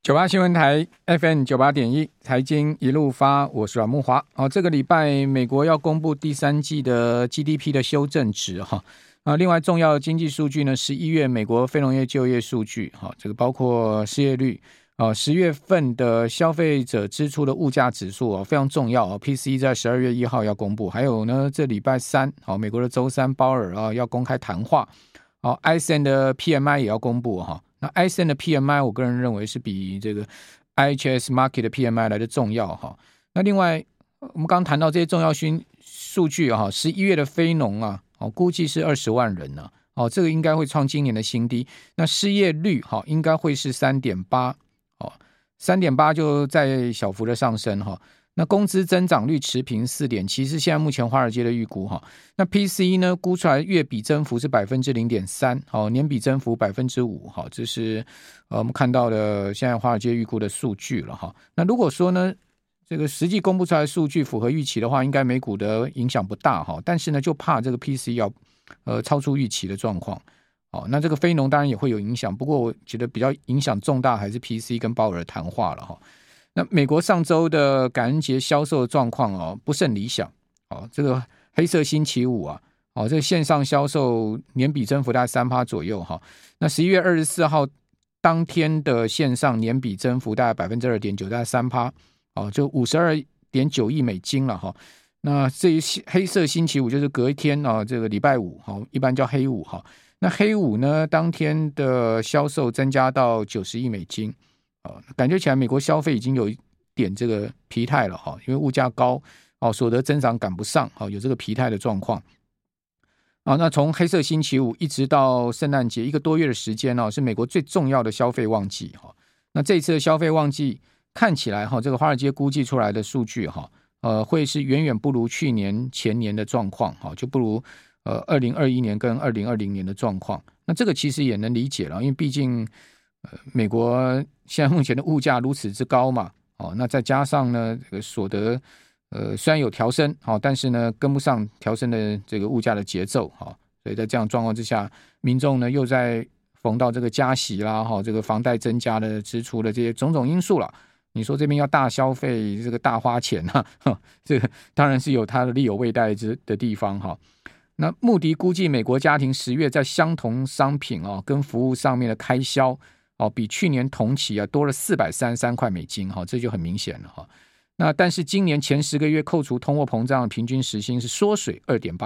98新闻台 FM 98.1财经一路发，我是阮慕骅。这个礼拜美国要公布第三季的 GDP 的修正值哈。另外重要的经济数据呢，11月美国非农业就业数据哈，这个包括失业率10月份的消费者支出的物价指数非常重要PCE 在12月1号要公布，还有呢这礼拜三美国的周三鲍尔要公开谈话ISM 的 PMI 也要公布哈。那 ISM 的 PMI 我个人认为是比这个 IHS Market 的 PMI 来的重要哈。那另外我们刚刚谈到这些重要数据11月的非农估计是20万人这个应该会创今年的新低。那失业率应该会是 3.8 3.8 就在小幅的上升那工资增长率持平 4.7 是现在目前华尔街的预估那 PCE 呢估出来月比增幅是 0.3%年比增幅 5% 这是我们看到的现在华尔街预估的数据了那如果说呢这个实际公布出来的数据符合预期的话，应该美股的影响不大但是呢就怕这个 PCE 要超出预期的状况那这个非农当然也会有影响，不过我觉得比较影响重大还是 PCE 跟鲍尔谈话了那美国上周的感恩节销售的状况不甚理想这个黑色星期五这个线上销售年比增幅大概 3% 左右那11月24号当天的线上年比增幅大概 2.9%， 大概 3% 就 52.9 亿美金了那这一黑色星期五就是隔一天这个礼拜五一般叫黑五那黑五呢当天的销售增加到90亿美金感觉起来美国消费已经有一点这个疲态了因为物价高所得增长赶不上有这个疲态的状况那从黑色星期五一直到圣诞节1个多月的时间是美国最重要的消费旺季那这一次的消费旺季看起来这个华尔街估计出来的数据会是远远不如去年前年的状况就不如2021年跟2020年的状况。那这个其实也能理解了，因为毕竟美国现在目前的物价如此之高嘛那再加上呢这个所得虽然有调升但是呢跟不上调升的这个物价的节奏所以在这样状况之下，民众呢又在逢到这个加息啦这个房贷增加的支出的这些种种因素了，你说这边要大消费这个大花钱这个当然是有它的力有未逮的地方那穆迪估计美国家庭10月在相同商品跟服务上面的开销比去年同期多了433块美金这就很明显了那但是今年前10个月扣除通货膨胀的平均时薪是缩水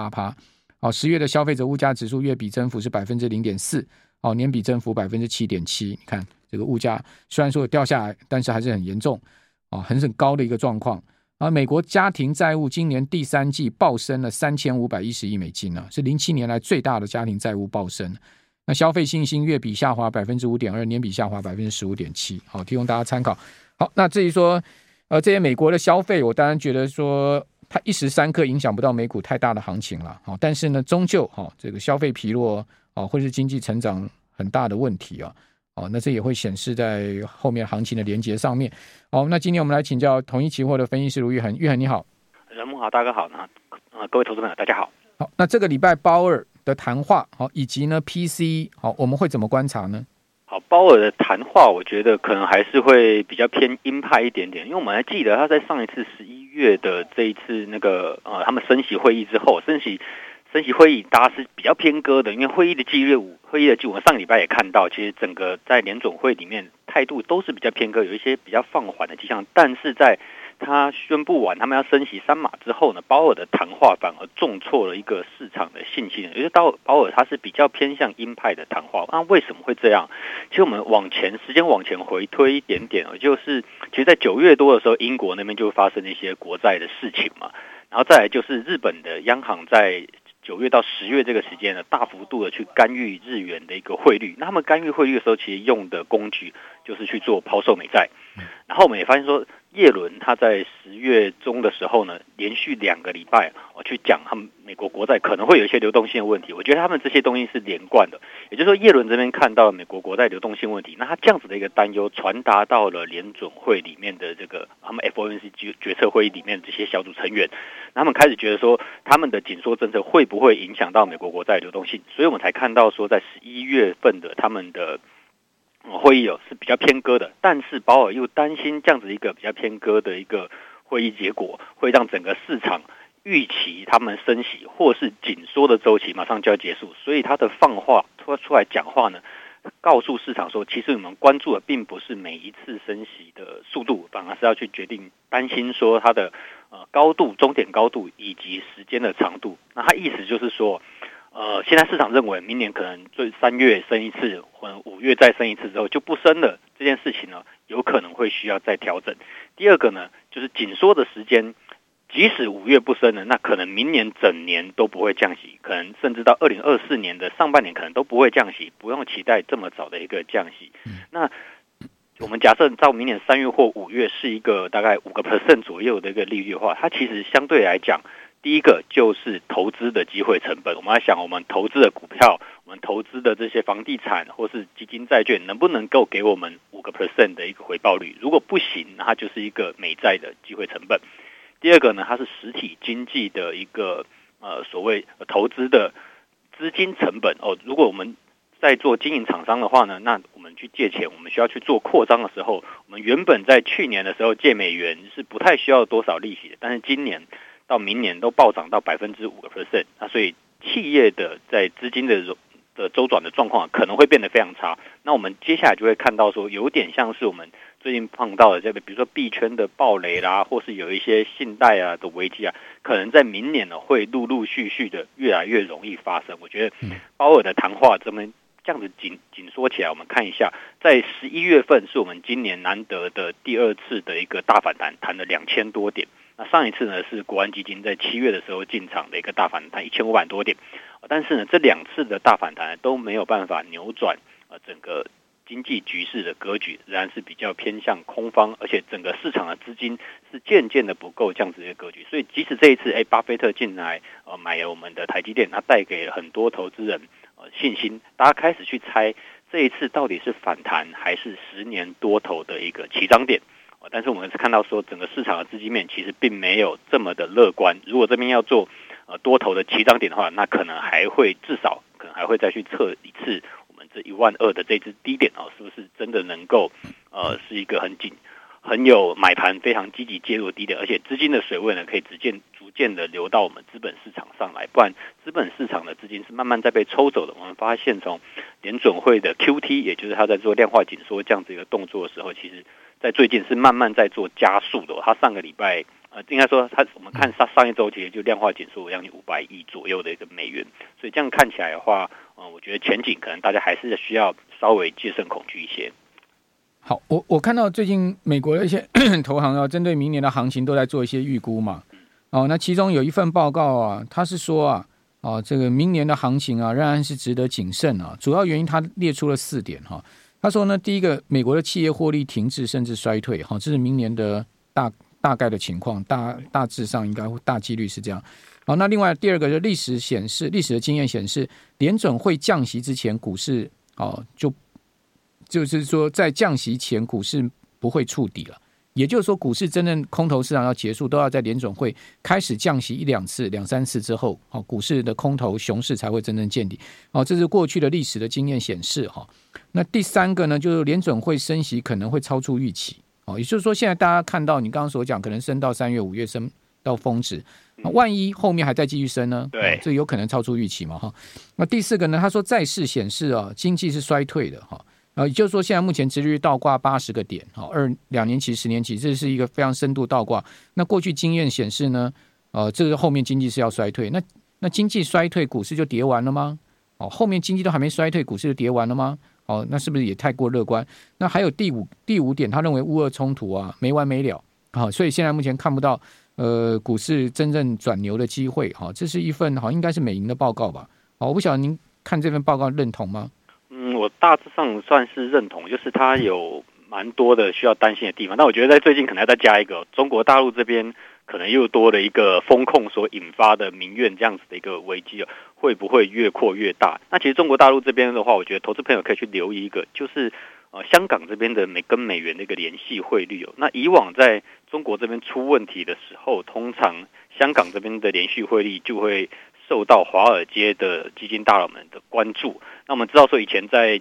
2.8%10月的消费者物价指数月比增幅是 0.4%年比增幅 7.7%， 你看这个物价虽然说有掉下来，但是还是很严重很高的一个状况美国家庭债务今年第三季暴升了3510亿美金是07年来最大的家庭债务暴升。那消费信心月比下滑 5.2%， 年比下滑 15.7%， 好，提供大家参考。好，那至于说这些美国的消费，我当然觉得说它一时三刻影响不到美股太大的行情了但是呢终究这个消费疲弱会是经济成长很大的问题那这也会显示在后面行情的连结上面。好，那今天我们来请教统一期货的分析师卢玉衡。玉衡你好。 人木好，大哥好各位投资朋友大家好。 好，那这个礼拜鲍尔的谈话以及呢 PCE 我们会怎么观察呢？ 好，鲍尔的谈话我觉得可能还是会比较偏鹰派一点点，因为我们还记得他在上一次11月的这一次那个他们升息会议之后，升息会议大家是比较偏鸽的，因为会议的纪律我们上个礼拜也看到，其实整个在联准会里面态度都是比较偏鸽，有一些比较放缓的迹象，但是在他宣布完他们要升息3码之后呢，鲍尔的谈话反而重挫了一个市场的信心，也就是鲍尔他是比较偏向鹰派的谈话。那为什么会这样？其实我们时间往前回推一点点，就是其实在9月多的时候，英国那边就发生了一些国债的事情嘛，然后再来就是日本的央行在9月到10月这个时间呢，大幅度的去干预日元的一个汇率。那他们干预汇率的时候，其实用的工具就是去做抛售美债。然后我们也发现说，耶伦他在10月中的时候呢，连续2个礼拜我去讲他们美国国债可能会有一些流动性的问题。我觉得他们这些东西是连贯的，也就是说耶伦这边看到美国国债流动性问题，那他这样子的一个担忧传达到了联准会里面的这个他们 FOMC 决策会议里面的这些小组成员，他们开始觉得说他们的紧缩政策会不会影响到美国国债流动性，所以我们才看到说在11月份的他们的会议是比较偏鸽的，但是鲍尔又担心这样子一个比较偏鸽的一个会议结果会让整个市场预期他们升息或是紧缩的周期马上就要结束，所以他的放话出来讲话呢，告诉市场说，其实我们关注的并不是每一次升息的速度，反而是要去决定担心说它的高度、终点高度以及时间的长度。那他意思就是说，现在市场认为明年可能最3月升一次，或者5月再升一次之后就不升了，这件事情呢，有可能会需要再调整。第二个呢，就是紧缩的时间。即使5月不升了，那可能明年整年都不会降息，可能甚至到2024年的上半年可能都不会降息，不用期待这么早的一个降息。那我们假设到明年3月或5月是一个大概5% 左右的一个利率的话，它其实相对来讲，第一个就是投资的机会成本。我们要想，我们投资的股票，我们投资的这些房地产或是基金债券，能不能够给我们5% 的一个回报率？如果不行，那它就是一个美债的机会成本。第二个呢，它是实体经济的一个所谓投资的资金成本如果我们在做经营厂商的话呢，那我们去借钱，我们需要去做扩张的时候，我们原本在去年的时候借美元是不太需要多少利息的，但是今年到明年都暴涨到5%，那所以企业的在资金的周转的状况可能会变得非常差。那我们接下来就会看到说，有点像是我们最近碰到的这个，比如说币圈的暴雷啦，或是有一些信贷啊的危机啊，可能在明年呢会陆陆续续的越来越容易发生。我觉得鲍尔的谈话这样子紧缩起来，我们看一下，在11月份是我们今年难得的第2次的一个大反弹，弹了2000多点。那上一次呢是国安基金在7月的时候进场的一个大反弹，1500多点。但是呢，这2次的大反弹都没有办法扭转整个经济局势的格局，仍然是比较偏向空方，而且整个市场的资金是渐渐的不够这样子的一个格局。所以即使这一次巴菲特进来买了我们的台积电，他带给了很多投资人信心，大家开始去猜这一次到底是反弹还是10年多头的一个起涨点。但是我们是看到说，整个市场的资金面其实并没有这么的乐观。如果这边要做多头的起涨点的话，那可能至少还会再去测一次我们这12000的这支低点是不是真的能够是一个很有买盘非常积极介入的低点，而且资金的水位呢可以逐渐的流到我们资本市场上来，不然资本市场的资金是慢慢在被抽走的。我们发现从联准会的 QT， 也就是他在做量化紧缩这样子一个动作的时候，其实在最近是慢慢在做加速的。他上个礼拜应该说我们看上一周其实就量化紧缩将近500亿左右的一个美元，所以这样看起来的话，我觉得前景可能大家还是需要稍微戒慎恐惧一些。 好，我看到最近美国的一些投行针对明年的行情都在做一些预估嘛。那其中有一份报告啊，他是说这个明年的行情仍然是值得谨慎主要原因他列出了4点他说呢，第一个，美国的企业获利停滞甚至衰退这是明年的大概的情况，大致上应该大几率是这样。好，那另外第二个就是历史的经验显示，联准会降息之前，股市就是说在降息前股市不会触底了，也就是说股市真正空头市场要结束，都要在联准会开始降息1-2次、2-3次之后，股市的空头熊市才会真正见底。这是过去的历史的经验显示。那第三个呢，就是联准会升息可能会超出预期。也就是说现在大家看到你刚刚所讲可能升到3月5月升到峰值，万一后面还在继续升呢？ 对， 这有可能超出预期嘛。那第四个呢，他说债市显示经济是衰退的。也就是说，现在目前殖利率倒挂80个点，2年期、10年期，这是一个非常深度倒挂。那过去经验显示呢，这个后面经济是要衰退。那经济衰退，股市就跌完了吗？后面经济都还没衰退，股市就跌完了吗？那是不是也太过乐观？那还有第五点，他认为乌俄冲突没完没了，所以现在目前看不到股市真正转牛的机会。这是一份应该是美银的报告吧？我不晓得您看这份报告认同吗？ 我大致上算是认同，就是它有蛮多的需要担心的地方。但我觉得在最近可能要再加一个，中国大陆这边可能又多了一个风控所引发的民怨这样子的一个危机，会不会越扩越大？那其实中国大陆这边的话，我觉得投资朋友可以去留意一个，就是香港这边的跟美元的一个联系汇率。那以往在中国这边出问题的时候，通常香港这边的联系汇率就会受到华尔街的基金大佬们的关注。那我们知道说，以前在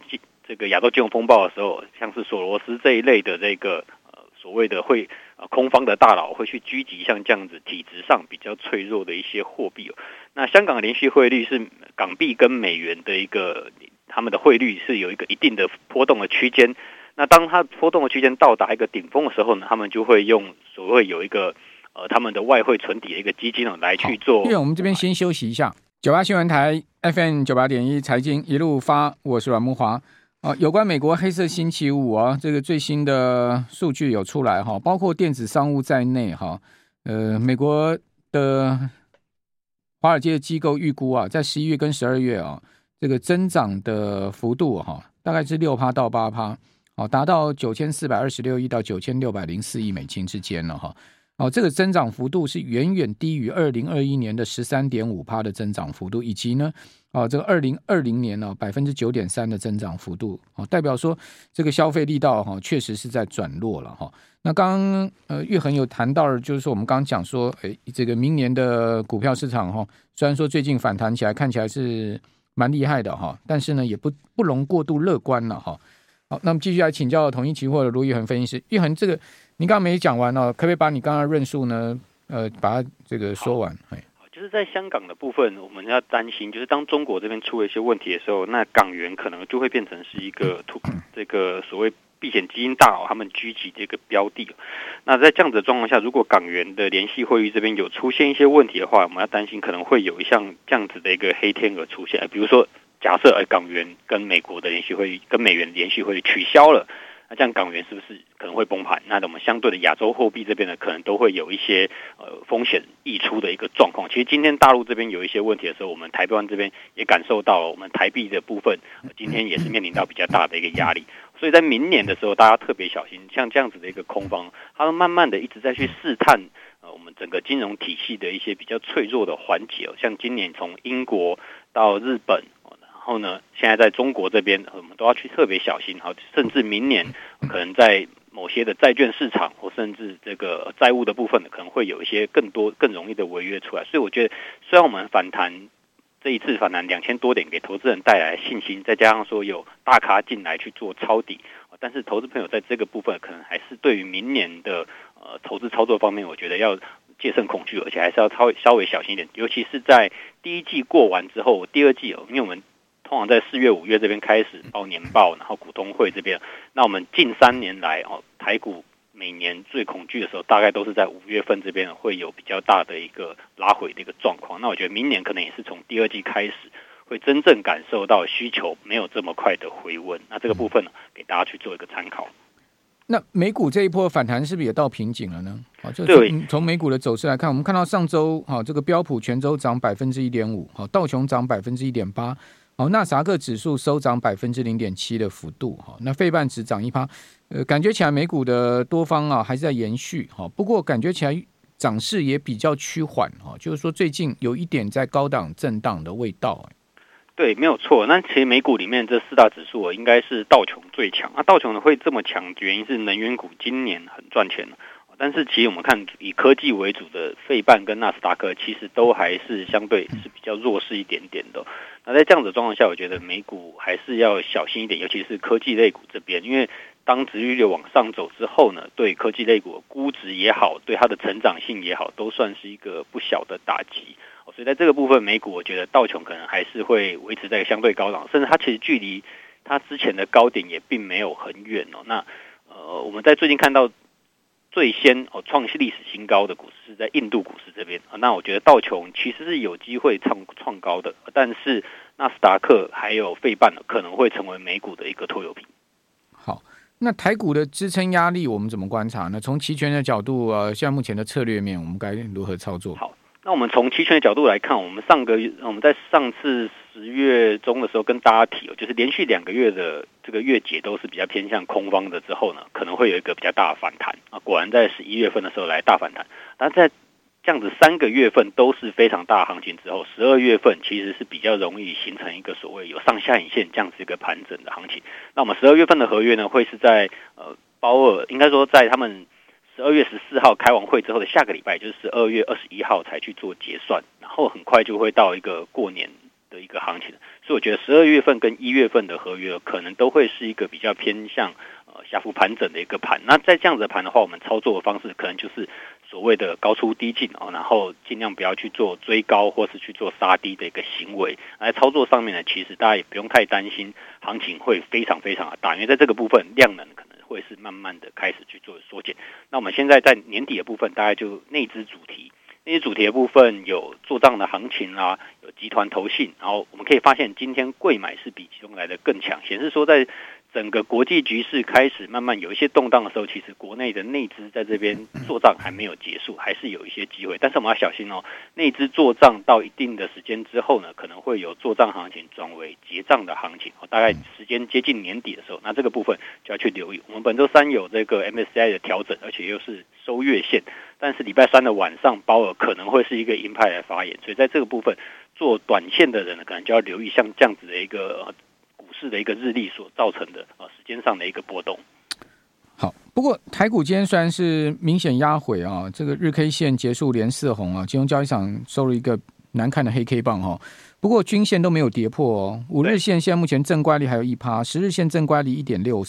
这个亚洲金融风暴的时候，像是索罗斯这一类的这个所谓的空方的大佬会去狙击像这样子体质上比较脆弱的一些货币。那香港的连续汇率是港币跟美元的他们的汇率是有一个一定的波动的区间。那当它波动的区间到达一个顶峰的时候呢，他们就会用所谓有一个他们的外汇存底的一个基金来去做。 因为我们这边先休息一下。98新闻台 FM 98.1财经一路发，我是阮慕骅。有关美国黑色星期五这个最新的数据有出来包括电子商务在内美国的华尔街的机构预估在11月跟12月这个增长的幅度大概是 6% 到 8%，达到9426亿到9604亿美金之间了这个增长幅度是远远低于2021年的 13.5% 的增长幅度，以及呢这个2020年9.3% 的增长幅度代表说这个消费力道确实是在转弱了那刚刚岳恒有谈到的就是说我们刚刚讲说这个明年的股票市场虽然说最近反弹起来看起来是蛮厉害的但是呢也不容过度乐观了好，那么继续来请教统一期货的卢岳恒分析师。岳恒，这个您刚刚没讲完可不可以把你刚刚的论述呢把它这个说完？ 就是在香港的部分，我们要担心，就是当中国这边出了一些问题的时候，那港元可能就会变成是一个这个所谓避险基金大佬他们狙击这个标的。那在这样子的状况下，如果港元的联系汇率这边有出现一些问题的话，我们要担心可能会有像这样子的一个黑天鹅出现。比如说，假设港元跟美国的联系汇率跟美元联系汇率取消了。那这样港元是不是可能会崩盘？那我们相对的亚洲货币这边呢，可能都会有一些风险溢出的一个状况。其实今天大陆这边有一些问题的时候，我们台湾这边也感受到了，我们台币的部分今天也是面临到比较大的一个压力。所以在明年的时候，大家特别小心，像这样子的一个空方，他们慢慢的一直在去试探我们整个金融体系的一些比较脆弱的环节。像今年从英国到日本。然后呢，现在在中国这边，我们都要去特别小心，甚至明年可能在某些的债券市场或甚至这个债务的部分，可能会有一些更容易的违约出来。所以我觉得，虽然我们这一次反弹2000多点给投资人带来信心，再加上说有大咖进来去做抄底，但是投资朋友在这个部分可能还是对于明年的投资操作方面，我觉得要戒慎恐惧，而且还是要稍微小心一点，尤其是在第一季过完之后，第二季因为我们通常在4月、5月这边开始报年报，然后股东会这边。那我们近3年来台股每年最恐惧的时候，大概都是在5月份这边会有比较大的一个拉回的一个状况。那我觉得明年可能也是从第二季开始，会真正感受到需求没有这么快的回温。那这个部分呢，给大家去做一个参考。 那美股这一波反弹是不是也到瓶颈了呢？就从美股的走势来看，我们看到上周这个标普全周涨 1.5%， 道琼涨 1.8%。纳斯达克指数收涨 0.7% 的幅度，那费半指涨 1%，感觉起来美股的多方还是在延续，不过感觉起来涨势也比较趋缓，就是说最近有一点在高档震荡的味道。 对，没有错。那其实美股里面这4大指数应该是道琼最强。那道琼呢会这么强，原因是能源股今年很赚钱。但是其实我们看以科技为主的费半跟纳斯达克，其实都还是相对是比较弱势一点点的。那在这样子的状况下，我觉得美股还是要小心一点，尤其是科技类股这边，因为当殖利率往上走之后呢，对科技类股的估值也好，对它的成长性也好，都算是一个不小的打击。所以在这个部分，美股我觉得道琼可能还是会维持在相对高档，甚至它其实距离它之前的高点也并没有很远那我们在最近看到最先创历史新高的股市是在印度股市这边那我觉得道琼其实是有机会创高的，但是纳斯达克还有费半可能会成为美股的一个拖油瓶。 好，那台股的支撑压力我们怎么观察呢？从期权的角度现在目前的策略面我们该如何操作？ 好，那我们从期权的角度来看，我们在上次10月中的时候跟大家提就是连续2个月的这个月结都是比较偏向空方的之后呢，可能会有一个比较大的反弹果然在11月份的时候来大反弹，但在这样子3个月份都是非常大的行情之后，12月份其实是比较容易形成一个所谓有上下影线这样子一个盘整的行情。那我们12月份的合约呢，会是在鲍尔应该说在他们12月14号开完会之后的下个礼拜，就是12月21号才去做结算，然后很快就会到一个过年的一个行情，所以我觉得12月份跟1月份的合约可能都会是一个比较偏向下幅盘整的一个盘。那在这样子的盘的话，我们操作的方式可能就是所谓的高出低进然后尽量不要去做追高或是去做杀低的一个行为。在操作上面呢，其实大家也不用太担心行情会非常非常的大，因为在这个部分量能可能会是慢慢的开始去做缩减。那我们现在在年底的部分，大概就内资主题。那些主题的部分有做账的行情啦，有集团投信，然后我们可以发现今天柜买是比集中来的更强，显示说在整个国际局势开始慢慢有一些动荡的时候，其实国内的内资在这边做账还没有结束，还是有一些机会。但是我们要小心内资做账到一定的时间之后呢，可能会有做账行情转为结账的行情大概时间接近年底的时候，那这个部分就要去留意。我们本周三有这个 MSCI 的调整，而且又是收月线，但是礼拜三的晚上鲍尔可能会是一个鹰派来发言，所以在这个部分做短线的人呢，可能就要留意像这样子的一个股市的一个日历所造成的时间上的一个波动。 好，不过台股今天虽然是明显压回这个日 K 线结束连4红金融交易场收了一个难看的黑 K 棒不过均线都没有跌破5日线现在目前正乖离还有 1%，10日线正乖离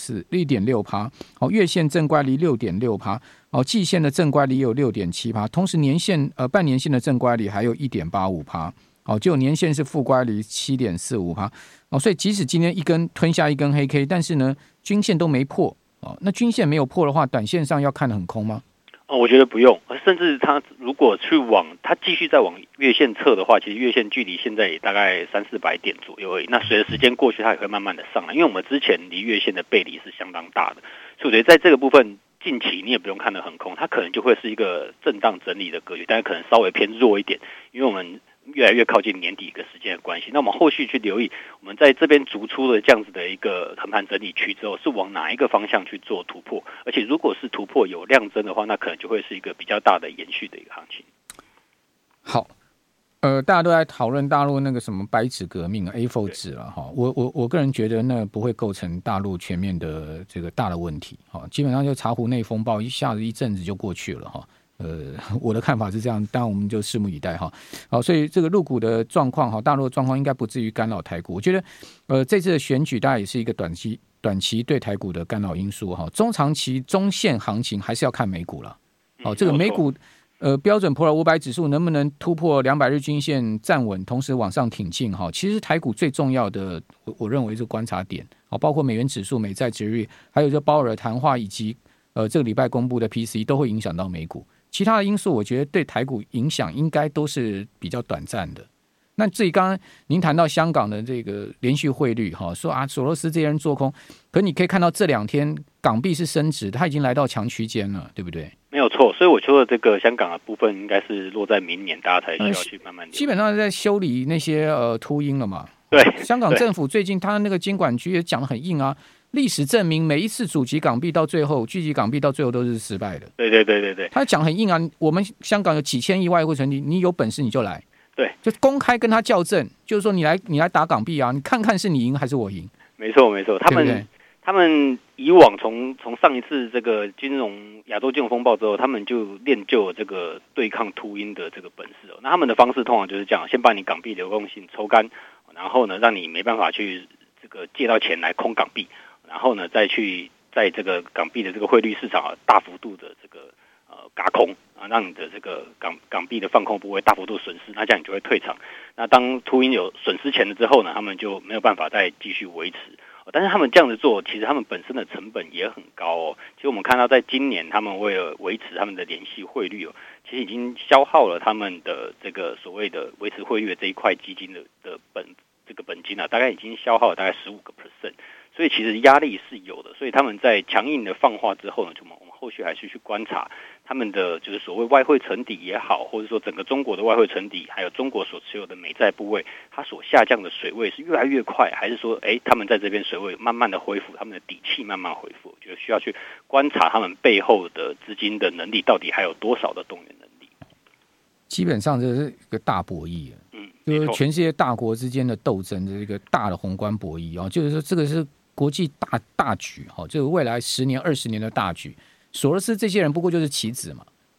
1.6%，月线正乖离 6.6%，季线的正乖离也有 6.7%，同时年线半年线的正乖离还有 1.85%，就年线是负乖离 7.45%，所以即使今天吞下一根黑 K， 但是呢均线都没破那均线没有破的话，短线上要看得很空吗？ 我觉得不用，甚至它如果它继续再往月线测的话，其实月线距离现在也大概300-400点左右而已。那随着时间过去，它也会慢慢的上来，因为我们之前离月线的背离是相当大的，所以我觉得在这个部分近期你也不用看得很空，它可能就会是一个震荡整理的格局，但是可能稍微偏弱一点，因为我们越来越靠近年底一个时间的关系。那我们后续去留意，我们在这边逐出了这样子的一个横盘整理区之后，是往哪一个方向去做突破？而且如果是突破有量增的话，那可能就会是一个比较大的延续的一个行情。 好，大家都在讨论大陆那个什么白纸革命A4 纸了哈，我个人觉得那不会构成大陆全面的这个大的问题基本上就茶壶内风暴一下子一阵子就过去了哈。我的看法是这样，当然我们就拭目以待哈。好，所以这个陆股的状况大陆的状况应该不至于干扰台股。我觉得这次的选举大概也是一个短期对台股的干扰因素哈。中长期中线行情还是要看美股了。这个美股标准普尔500指数能不能突破200日均线站稳，同时往上挺进其实台股最重要的我认为是观察点包括美元指数、美债殖利率，还有这鲍尔谈话以及这个礼拜公布的 PCE 都会影响到美股。其他的因素我觉得对台股影响应该都是比较短暂的。那至于刚刚您谈到香港的这个连续汇率说索罗斯这些人做空，可你可以看到这2天港币是升值，它已经来到强区间了，对不对？ 没有错，所以我说的这个香港的部分应该是落在明年，大家才需要去慢慢基本上在修理那些秃鹰了嘛。 对， 香港政府最近他那个金管局也讲得很硬历史证明每一次主级港币到最后聚集港币到最后都是失败的。 对， 他讲很硬我们香港有几千亿外汇存底，你有本事你就来， 对， 就公开跟他校正，就是说你来打港币你看看是你赢还是我赢。 没错，他们以往从上一次这个亚洲金融风暴之后，他们就练就了这个对抗秃鹰的这个本事那他们的方式通常就是这样，先把你港币流动性抽干，然后呢让你没办法去这个借到钱来空港币，然后呢再去在这个港币的这个汇率市场大幅度的这个軋空让你的这个港币的放空部位大幅度损失，那这样你就会退场。那当秃鹰有损失钱了之后呢，他们就没有办法再继续维持。但是他们这样子做，其实他们本身的成本也很高其实我们看到，在今年他们为了维持他们的联系汇率其实已经消耗了他们的这个所谓的维持汇率的这一块基金的本金大概已经消耗了大概15%，所以其实压力是有的。所以他们在强硬的放话之后呢，我们后续还是去观察他们的就是所谓外汇存底也好，或者说整个中国的外汇存底，还有中国所持有的美债部位，它所下降的水位是越来越快，还是说他们在这边水位慢慢的恢复，他们的底气慢慢恢复？我觉得需要去观察他们背后的资金的能力到底还有多少的动员能力。 基本上这是一个大博弈就是全世界大国之间的斗争的一个大的宏观博弈就是说这个是国际大局这个未来10年20年的大局。索罗斯这些人不过就是棋子嘛，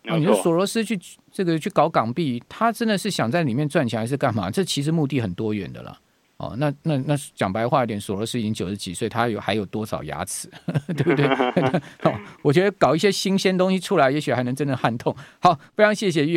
你说索罗斯去搞港币，他真的是想在里面赚钱还是干嘛？这其实目的很多元的啦。哦，那讲白话一点，索罗斯已经90几岁，他还有多少牙齿，对不对？我觉得搞一些新鲜东西出来，也许还能真的撼动。好，非常谢谢玉。